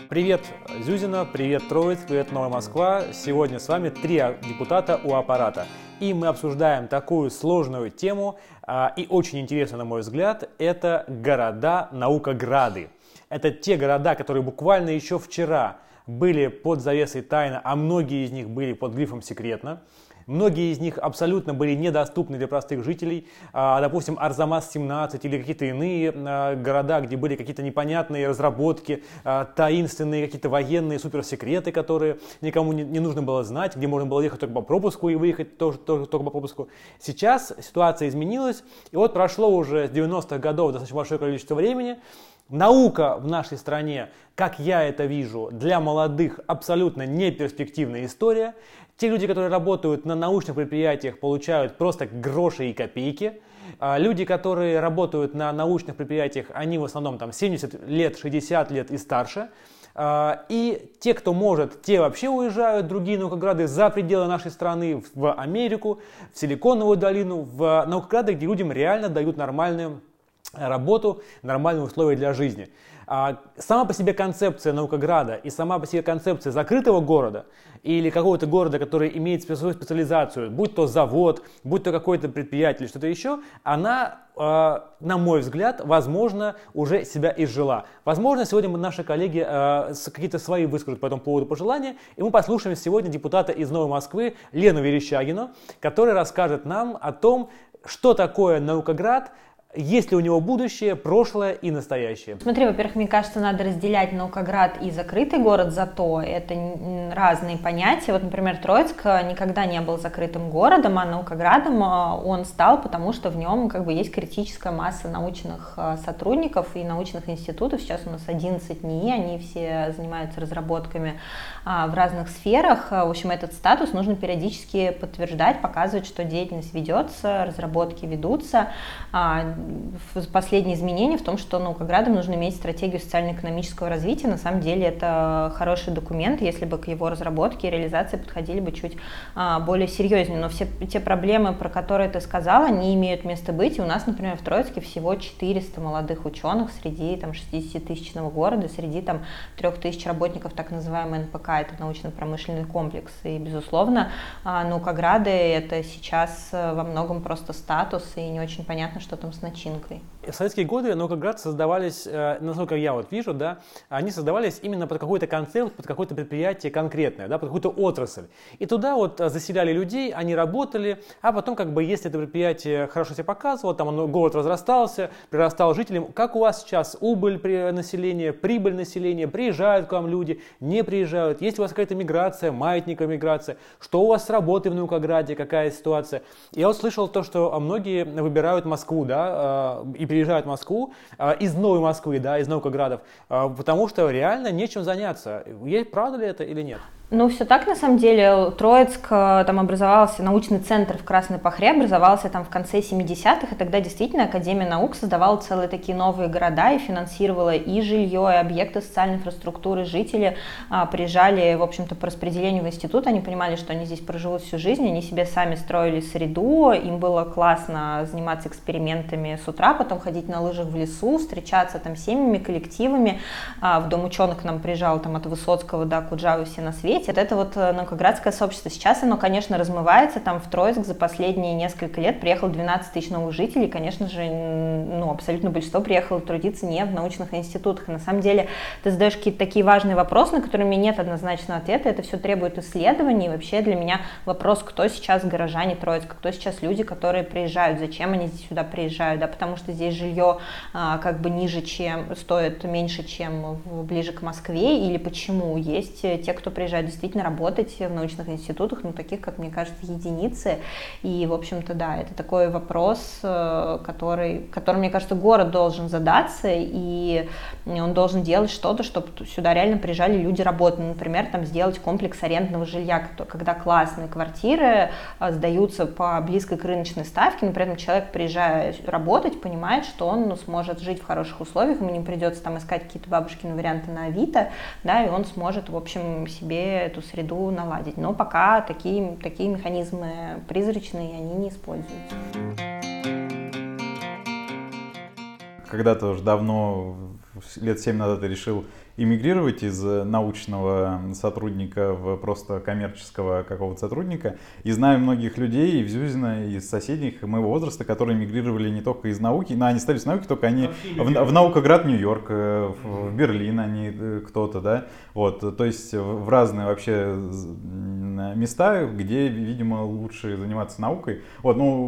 Привет, Зюзина, привет, Троицк, привет, Новая Москва. Сегодня с вами три депутата у аппарата. И мы обсуждаем такую сложную тему и очень интересную, на мой взгляд, это города-наукограды. Это те города, которые буквально еще вчера были под завесой тайны, а многие из них были под грифом «секретно». Многие из них абсолютно были недоступны для простых жителей. Допустим, Арзамас-17 или какие-то иные города, где были какие-то непонятные разработки, таинственные какие-то военные суперсекреты, которые никому не нужно было знать, где можно было ехать только по пропуску и выехать тоже только по пропуску. Сейчас ситуация изменилась, и вот прошло уже с 90-х годов достаточно большое количество времени. Наука в нашей стране, как я это вижу, для молодых абсолютно неперспективная история. Те люди, которые работают на научных предприятиях, получают просто гроши и копейки. Люди, которые работают на научных предприятиях, они в основном там 70 лет, 60 лет и старше. И те, кто может, те вообще уезжают, другие наукограды, за пределы нашей страны, в Америку, в Силиконовую долину, в наукограды, где людям реально дают нормальную работу, нормальные условия для жизни. Сама по себе концепция наукограда и сама по себе концепция закрытого города или какого-то города, который имеет свою специализацию, будь то завод, будь то какое-то предприятие или что-то еще, она, на мой взгляд, возможно, уже себя изжила. Возможно, сегодня наши коллеги какие-то свои выскажут по этому поводу пожелания, и мы послушаем сегодня депутата из Новой Москвы Лену Верещагину, который расскажет нам о том, что такое наукоград, есть ли у него будущее, прошлое и настоящее? Смотри, во-первых, мне кажется, надо разделять наукоград и закрытый город, зато это разные понятия. Вот, например, Троицк никогда не был закрытым городом, а наукоградом он стал, потому что в нем как бы есть критическая масса научных сотрудников и научных институтов. Сейчас у нас 11 НИИ, они все занимаются разработками в разных сферах. В общем, этот статус нужно периодически подтверждать, показывать, что деятельность ведется, разработки ведутся. Последнее изменение в том, что наукоградам нужно иметь стратегию социально-экономического развития. На самом деле это хороший документ, если бы к его разработке и реализации подходили бы чуть более серьезнее. Но все те проблемы, про которые ты сказала, не имеют места быть. И у нас, например, в Троицке всего 400 молодых ученых среди 60-тысячного города, среди 3000 работников так называемый НПК, это научно-промышленный комплекс. И, безусловно, наукограды это сейчас во многом просто статус, и не очень понятно, что там с начинкой. В советские годы наукоград создавались, насколько я вижу, они создавались именно под какой-то концепт, под какое-то предприятие конкретное, под какую-то отрасль. И туда заселяли людей, они работали, а потом, если это предприятие хорошо себя показывало, город разрастался, прирастал жителям. Как у вас сейчас убыль населения, прибыль населения, приезжают к вам люди, не приезжают, есть у вас какая-то миграция, маятниковая миграция, что у вас с работой в наукограде, какая ситуация. Я слышал то, что многие выбирают Москву, и приезжают в Москву из Новой Москвы, из наукоградов, потому что реально нечем заняться. Правда ли это или нет? Ну, все так, на самом деле. Троицк, там образовался научный центр в Красной Пахре, образовался там в конце 70-х, и тогда действительно Академия наук создавала целые такие новые города и финансировала и жилье, и объекты социальной инфраструктуры. Жители приезжали, в общем-то, по распределению в институт, они понимали, что они здесь проживут всю жизнь, они себе сами строили среду, им было классно заниматься экспериментами с утра, потом ходить на лыжах в лесу, встречаться там с семьями, коллективами. В Дом ученых к нам приезжал от Высоцкого до Куджавы все на свете. Вот это наукоградское сообщество. Сейчас оно, конечно, размывается. Там в Троицк за последние несколько лет приехало 12 тысяч новых жителей. Конечно же, абсолютно большинство приехало трудиться не в научных институтах. И на самом деле ты задаешь какие-то такие важные вопросы, на которые у меня нет однозначного ответа. Это все требует исследований. И вообще для меня вопрос, кто сейчас горожане Троицка, кто сейчас люди, которые приезжают, зачем они сюда приезжают, потому что здесь жилье ниже, чем стоит меньше, чем ближе к Москве, или почему есть те, кто приезжает действительно работать в научных институтах, таких, как мне кажется, единицы. И, в общем-то, это такой вопрос, который, мне кажется, город должен задаться, и он должен делать что-то, чтобы сюда реально приезжали люди работать. Например, сделать комплекс арендного жилья, когда классные квартиры сдаются по близкой к рыночной ставке, но при этом человек, приезжая работать, понимает, что он сможет жить в хороших условиях, ему не придется искать какие-то бабушкины варианты на Авито, и он сможет, в общем, себе эту среду наладить. Но пока такие механизмы призрачные, они не используются. Когда-то уже давно, лет 7 назад, я решил эмигрировать из научного сотрудника в просто коммерческого какого-то сотрудника. И знаю многих людей из Зюзина, из соседних моего возраста, которые эмигрировали не только из науки, но они остались в науке, только они в Наукоград, Нью-Йорк, в Берлин они кто-то, да, вот, то есть в разные вообще места, где, видимо, лучше заниматься наукой. Вот, ну,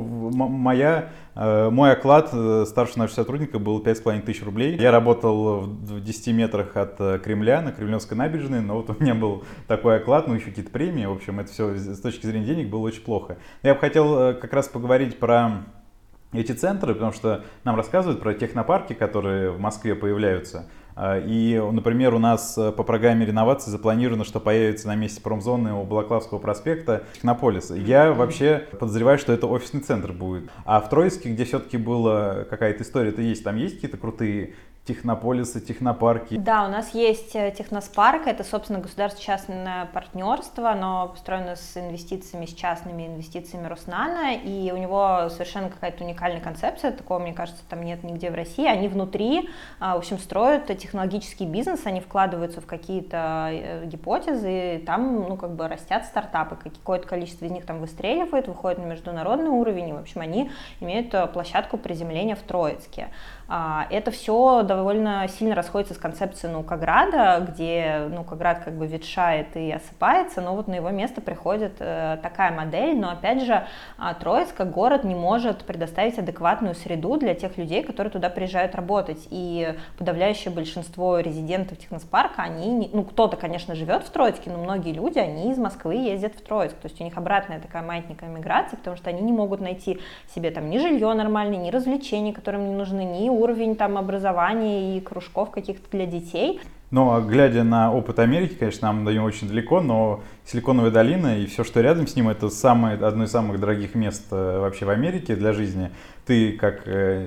мой оклад старшего научного сотрудника был 5500 рублей. Я работал в 10 метрах от Кремля, на Кремлевской набережной, но вот у меня был такой оклад, ну еще какие-то премии, в общем, это все с точки зрения денег было очень плохо. Я бы хотел как раз поговорить про эти центры, потому что нам рассказывают про технопарки, которые в Москве появляются. И, например, у нас по программе реновации запланировано, что появится на месте промзоны у Балаклавского проспекта Технополис. Я вообще подозреваю, что это офисный центр будет. А в Троицке, где все-таки была какая-то история-то есть, там есть какие-то крутые технополисы, технопарки? Да, у нас есть Техноспарк, это, собственно, государственно-частное партнерство, оно построено с инвестициями, с частными инвестициями Роснана, и у него совершенно какая-то уникальная концепция, такого, мне кажется, там нет нигде в России. Они внутри, в общем, строят технологический бизнес, они вкладываются в какие-то гипотезы, и там, ну, как бы растят стартапы, какое-то количество из них там выстреливает, выходит на международный уровень, и, в общем, они имеют площадку приземления в Троицке. Это все довольно сильно расходится с концепцией Наукограда, где Наукоград как бы ветшает и осыпается, но вот на его место приходит такая модель, но опять же Троицк как город не может предоставить адекватную среду для тех людей, которые туда приезжают работать, и подавляющее большинство резидентов Техноспарка, они, ну кто-то, конечно, живет в Троицке, но многие люди, они из Москвы ездят в Троицк, то есть у них обратная такая маятниковая миграция, потому что они не могут найти себе там ни жилье нормальное, ни развлечений, которые им не нужны, ни уровень там образования и кружков каких-то для детей. Но глядя на опыт Америки, конечно, нам даем очень далеко, но Силиконовая долина и все, что рядом с ним, это одно из самых дорогих мест вообще в Америке для жизни. Ты как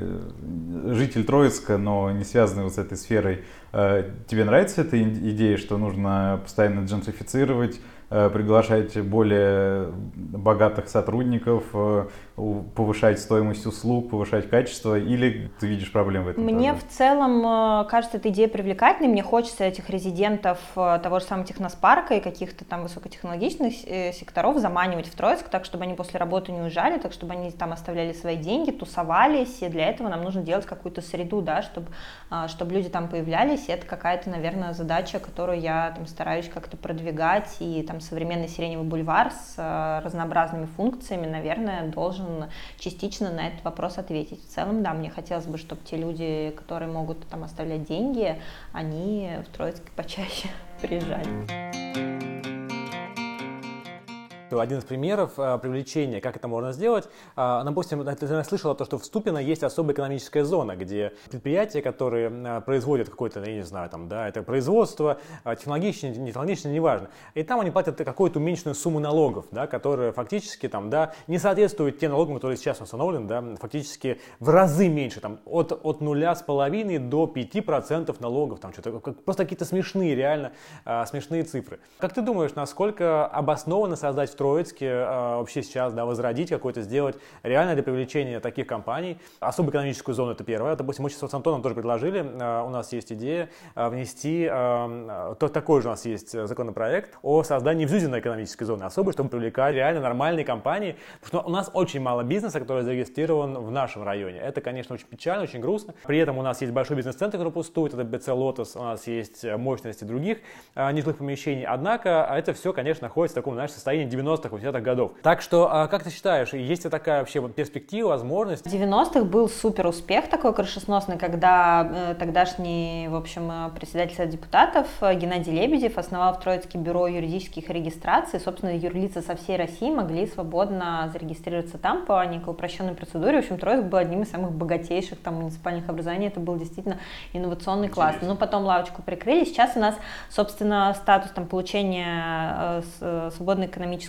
житель Троицка, но не связанный вот с этой сферой, тебе нравится эта идея, что нужно постоянно джентрифицировать, приглашать более богатых сотрудников, повышать стоимость услуг, повышать качество, или ты видишь проблемы в этом? Мне тоже? в целом кажется эта идея привлекательной, мне хочется этих резидентов того же самого Техноспарка и каких-то там высокотехнологичных секторов заманивать в Троицк, так чтобы они после работы не уезжали, так чтобы они там оставляли свои деньги, тусовались, и для этого нам нужно делать какую-то среду, да, чтобы люди там появлялись, и это какая-то, наверное, задача, которую я там стараюсь как-то продвигать, и там современный Сиреневый бульвар с разнообразными функциями, наверное, должен частично на этот вопрос ответить. В целом, да, мне хотелось бы, чтобы те люди, которые могут там оставлять деньги, они в Троицк почаще приезжали. Один из примеров привлечения, как это можно сделать. Допустим, ты слышала то, что в Ступино есть особая экономическая зона, где предприятия, которые производят какое-то, я не знаю, там, да, это производство, технологичное, не технологичное, неважно. И там они платят какую-то уменьшенную сумму налогов, да, которые фактически там, да, не соответствуют тем налогам, которые сейчас установлены, да, фактически в разы меньше, там, от 0,5% до 5% налогов, там, что-то, просто какие-то смешные, реально смешные цифры. Как ты думаешь, насколько обоснованно создать в Троицке вообще сейчас, да, возродить какой-то, сделать реально для привлечения таких компаний? Особую экономическую зону — это первое. Допустим, мы сейчас с Антоном тоже предложили, у нас есть идея внести, такой же у нас есть законопроект о создании Зюзиной экономической зоны особой, чтобы привлекать реально нормальные компании, потому что у нас очень мало бизнеса, который зарегистрирован в нашем районе. Это, конечно, очень печально, очень грустно. При этом у нас есть большой бизнес-центр, который пустует, это БЦ Лотос, у нас есть мощности других нежилых помещений, однако это все, конечно, находится в таком, знаешь, состоянии 90-х, 80-х годов. Так что, как ты считаешь, есть ли такая вообще вот перспектива, возможность? В 90-х был супер успех такой крышесносный, когда тогдашний, в общем, председатель Совета депутатов Геннадий Лебедев основал в Троицке бюро юридических регистраций. Собственно, юрлица со всей России могли свободно зарегистрироваться там по некой упрощенной процедуре. В общем, Троицк был одним из самых богатейших там муниципальных образований. Это был действительно инновационный класс. Но потом лавочку прикрыли. Сейчас у нас, собственно, статус там получения свободной экономической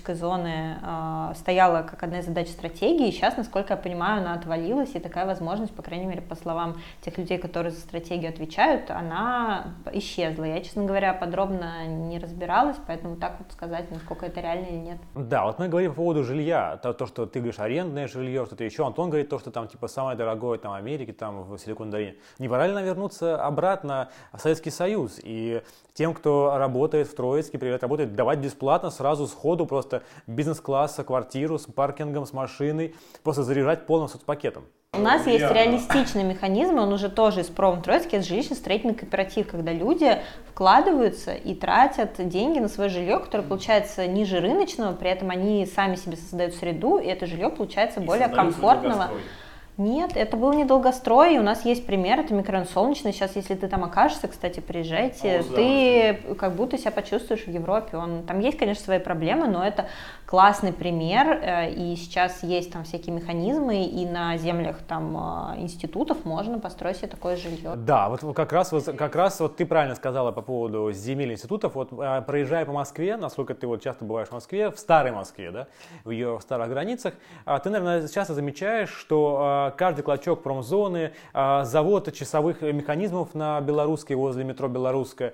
экономической зоны стояла как одна из задач стратегии, и сейчас, насколько я понимаю, она отвалилась, и такая возможность, по крайней мере, по словам тех людей, которые за стратегию отвечают, она исчезла. Я, честно говоря, подробно не разбиралась, поэтому так вот сказать, насколько это реально или нет. Да, вот мы говорим по поводу жилья, то, что ты говоришь, арендное жилье, что-то еще. Антон говорит то, что там типа самое дорогое там в Америке, там в Силиконовой долине. Не пора ли нам вернуться обратно в Советский Союз и тем, кто работает в Троицке, работает, давать бесплатно сразу сходу просто бизнес-класса квартиру с паркингом, с машиной, просто заряжать полным соцпакетом? У нас есть реалистичный механизм, он уже тоже из Промтроицка, это жилищно-строительный кооператив, когда люди вкладываются и тратят деньги на свое жилье, которое получается ниже рыночного, при этом они сами себе создают среду, и это жилье получается более комфортного. Нет, это был не долгострой, и у нас есть пример, это микрорайон Солнечный, сейчас, если ты там окажешься, кстати, приезжайте, ты как будто себя почувствуешь в Европе, там есть, конечно, свои проблемы, но это классный пример, и сейчас есть там всякие механизмы, и на землях там институтов можно построить себе такое жилье. Да, вот как раз ты правильно сказала по поводу земель институтов, вот проезжая по Москве, насколько ты вот часто бываешь в Москве, в старой Москве, да, в ее старых границах, ты, наверное, часто замечаешь, что каждый клочок промзоны, завод часовых механизмов на Белорусской, возле метро Белорусская,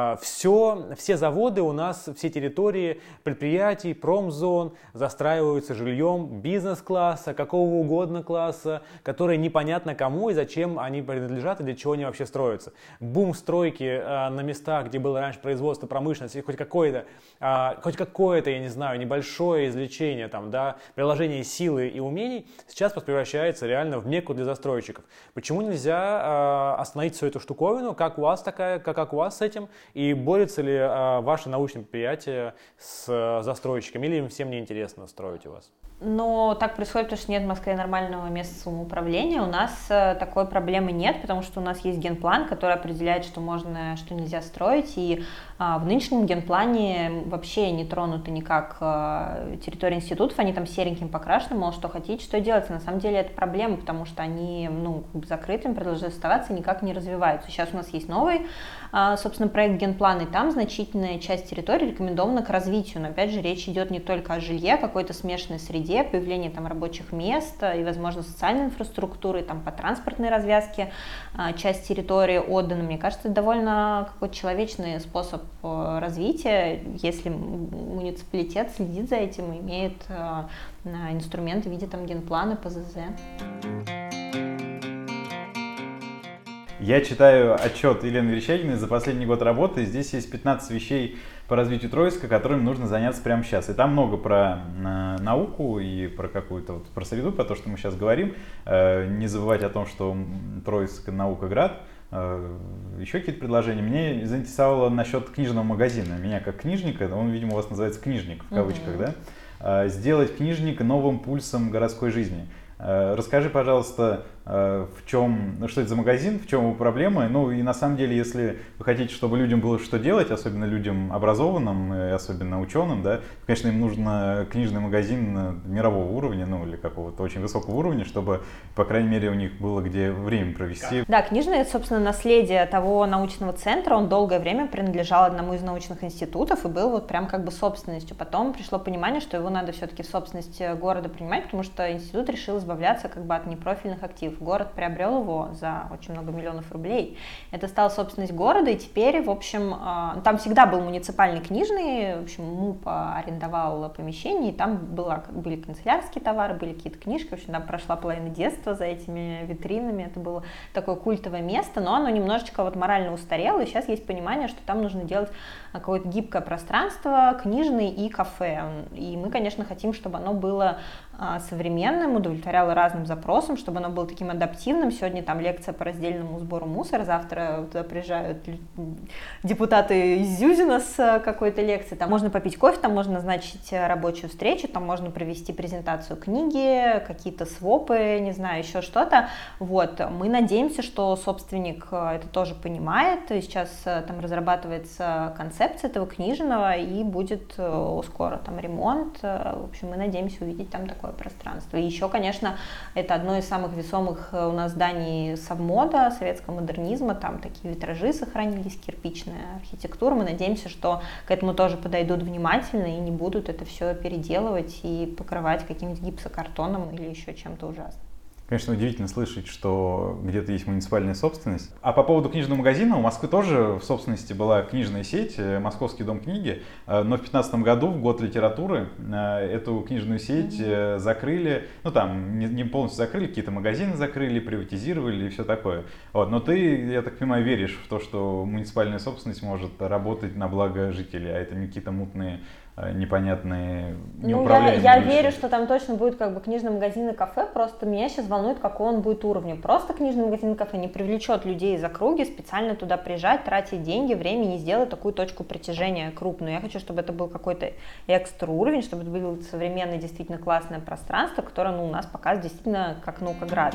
все заводы у нас, все территории предприятий, промзон застраиваются жильем бизнес-класса, какого угодно класса, которые непонятно кому и зачем они принадлежат и для чего они вообще строятся. Бум стройки на местах, где было раньше производство, промышленности, хоть какое-то, я не знаю, небольшое извлечение, там, да, приложение силы и умений, сейчас превращается реально в Мекку для застройщиков. Почему нельзя остановить всю эту штуковину? Как у вас с этим? И борется ли ваше научное предприятие с застройщиками? Или им всем не интересно строить у вас? Но так происходит, потому что нет в Москве нормального места самоуправления. У нас такой проблемы нет, потому что у нас есть генплан, который определяет, что можно, что нельзя строить. И в нынешнем генплане вообще не тронуты никак территории институтов, они там сереньким покрашены, мол, что хотите, что делать. На самом деле это проблема, потому что они закрытыми продолжают оставаться, никак не развиваются. Сейчас у нас есть новый, собственно, проект генплана, и там значительная часть территории рекомендована к развитию. Но опять же речь идет не только о жилье, какой-то смешанной среде, появление там рабочих мест и, возможно, социальной инфраструктуры, там по транспортной развязке часть территории отдана. Мне кажется, это довольно какой-то человечный способ развития, если муниципалитет следит за этим, имеет инструменты в виде там генплана, ПЗЗ. Я читаю отчет Елены Верещагиной за последний год работы. Здесь есть 15 вещей по развитию Троицка, которыми нужно заняться прямо сейчас. И там много про науку и про какую-то про среду, про то, что мы сейчас говорим. Не забывать о том, что Троицк — наука-град. Еще какие-то предложения. Мне заинтересовало насчет книжного магазина. Меня как книжника, он, видимо, у вас называется книжник в кавычках, да? Сделать книжник новым пульсом городской жизни. Расскажи, пожалуйста, что это за магазин, в чем его проблемы. Ну и на самом деле, если вы хотите, чтобы людям было что делать, особенно людям образованным, и особенно ученым, да, конечно, им нужен книжный магазин мирового уровня, или какого-то очень высокого уровня, чтобы, по крайней мере, у них было где время провести. Да, книжное, это, собственно, наследие того научного центра. Он долгое время принадлежал одному из научных институтов и был вот прям как бы собственностью. Потом пришло понимание, что его надо все-таки в собственность города принимать, потому что институт решил избавляться как бы от непрофильных активов. Город приобрел его за очень много миллионов рублей. Это стала собственность города, и теперь, в общем, там всегда был муниципальный книжный, в общем, МУП арендовал помещение, и там были канцелярские товары, были какие-то книжки, в общем, там прошла половина детства за этими витринами, это было такое культовое место, но оно немножечко вот морально устарело, и сейчас есть понимание, что там нужно делать какое-то гибкое пространство, книжный и кафе, и мы, конечно, хотим, чтобы оно было современным, удовлетворяло разным запросам, чтобы оно было таким адаптивным. Сегодня там лекция по раздельному сбору мусора, завтра туда приезжают депутаты из Зюзина с какой-то лекцией. Там можно попить кофе, там можно назначить рабочую встречу, там можно провести презентацию книги, какие-то свопы, не знаю, еще что-то. Вот. Мы надеемся, что собственник это тоже понимает, и сейчас там разрабатывается концепция этого книжного, и будет скоро там ремонт. В общем, мы надеемся увидеть там такое пространство. И еще, конечно, это одно из самых весомых их у нас здании совмода, советского модернизма, там такие витражи сохранились, кирпичная архитектура. Мы надеемся, что к этому тоже подойдут внимательно и не будут это все переделывать и покрывать каким-нибудь гипсокартоном или еще чем-то ужасным. Конечно, удивительно слышать, что где-то есть муниципальная собственность. А по поводу книжного магазина, у Москвы тоже в собственности была книжная сеть, Московский дом книги, но в 2015 году, в год литературы, эту книжную сеть закрыли, ну там не полностью закрыли, какие-то магазины закрыли, приватизировали и все такое. Вот. Но ты, я так понимаю, веришь в то, что муниципальная собственность может работать на благо жителей, а это не какие-то мутные, непонятные, неуправляемые я вещи. верю, что там точно будет как бы книжный магазин и кафе, просто меня сейчас волнует, какой он будет уровнем. Просто книжный магазин и кафе не привлечет людей из округи специально туда приезжать, тратить деньги, время, не сделать такую точку притяжения крупную. Я хочу, чтобы это был какой-то экстра уровень, чтобы это было современное, действительно классное пространство, которое у нас показывает действительно как Наукоград.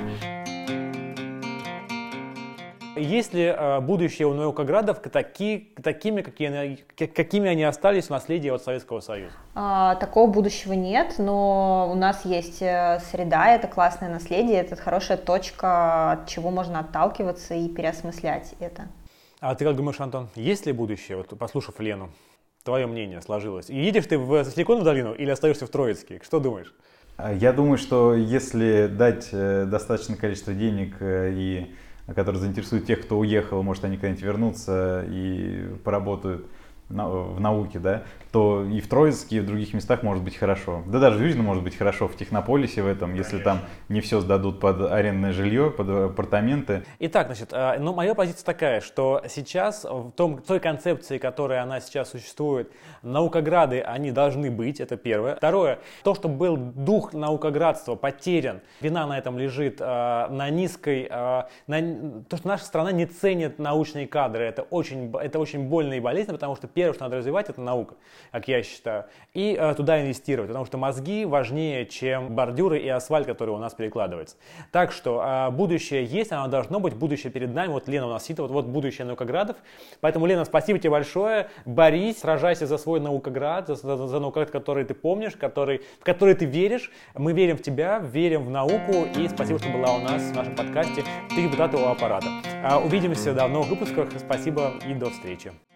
Есть ли будущее у Наукоградов такими, какими они остались в наследии от Советского Союза? Такого будущего нет, но у нас есть среда, это классное наследие, это хорошая точка, от чего можно отталкиваться и переосмыслять это. А ты как думаешь, Антон, есть ли будущее, вот, послушав Лену? Твое мнение сложилось. И едешь ты в Силиконовую долину или остаешься в Троицке? Что думаешь? Я думаю, что если дать достаточное количество денег которые заинтересуют тех, кто уехал, может, они когда-нибудь вернутся и поработают в науке, да, то и в Троицке, и в других местах может быть хорошо. Да даже в Южном может быть хорошо, в Технополисе в этом, если там не все сдадут под арендное жилье, под апартаменты. Итак, значит, моя позиция такая, что сейчас в той концепции, которая она сейчас существует, наукограды, они должны быть, это первое. Второе, то, что был дух наукоградства потерян, вина на этом лежит на низкой, то, что наша страна не ценит научные кадры, это очень больно и болезненно, потому что первое, что надо развивать, это наука, как я считаю, и туда инвестировать, потому что мозги важнее, чем бордюры и асфальт, который у нас перекладывается. Так что будущее есть, оно должно быть, будущее перед нами. Вот Лена у нас сидит, вот будущее Наукоградов. Поэтому, Лена, спасибо тебе большое. Борись, сражайся за свой Наукоград, за Наукоград, который ты помнишь, в который ты веришь. Мы верим в тебя, верим в науку. И спасибо, что была у нас в нашем подкасте «Три депутата у аппарата». Увидимся в новых выпусках. Спасибо и до встречи.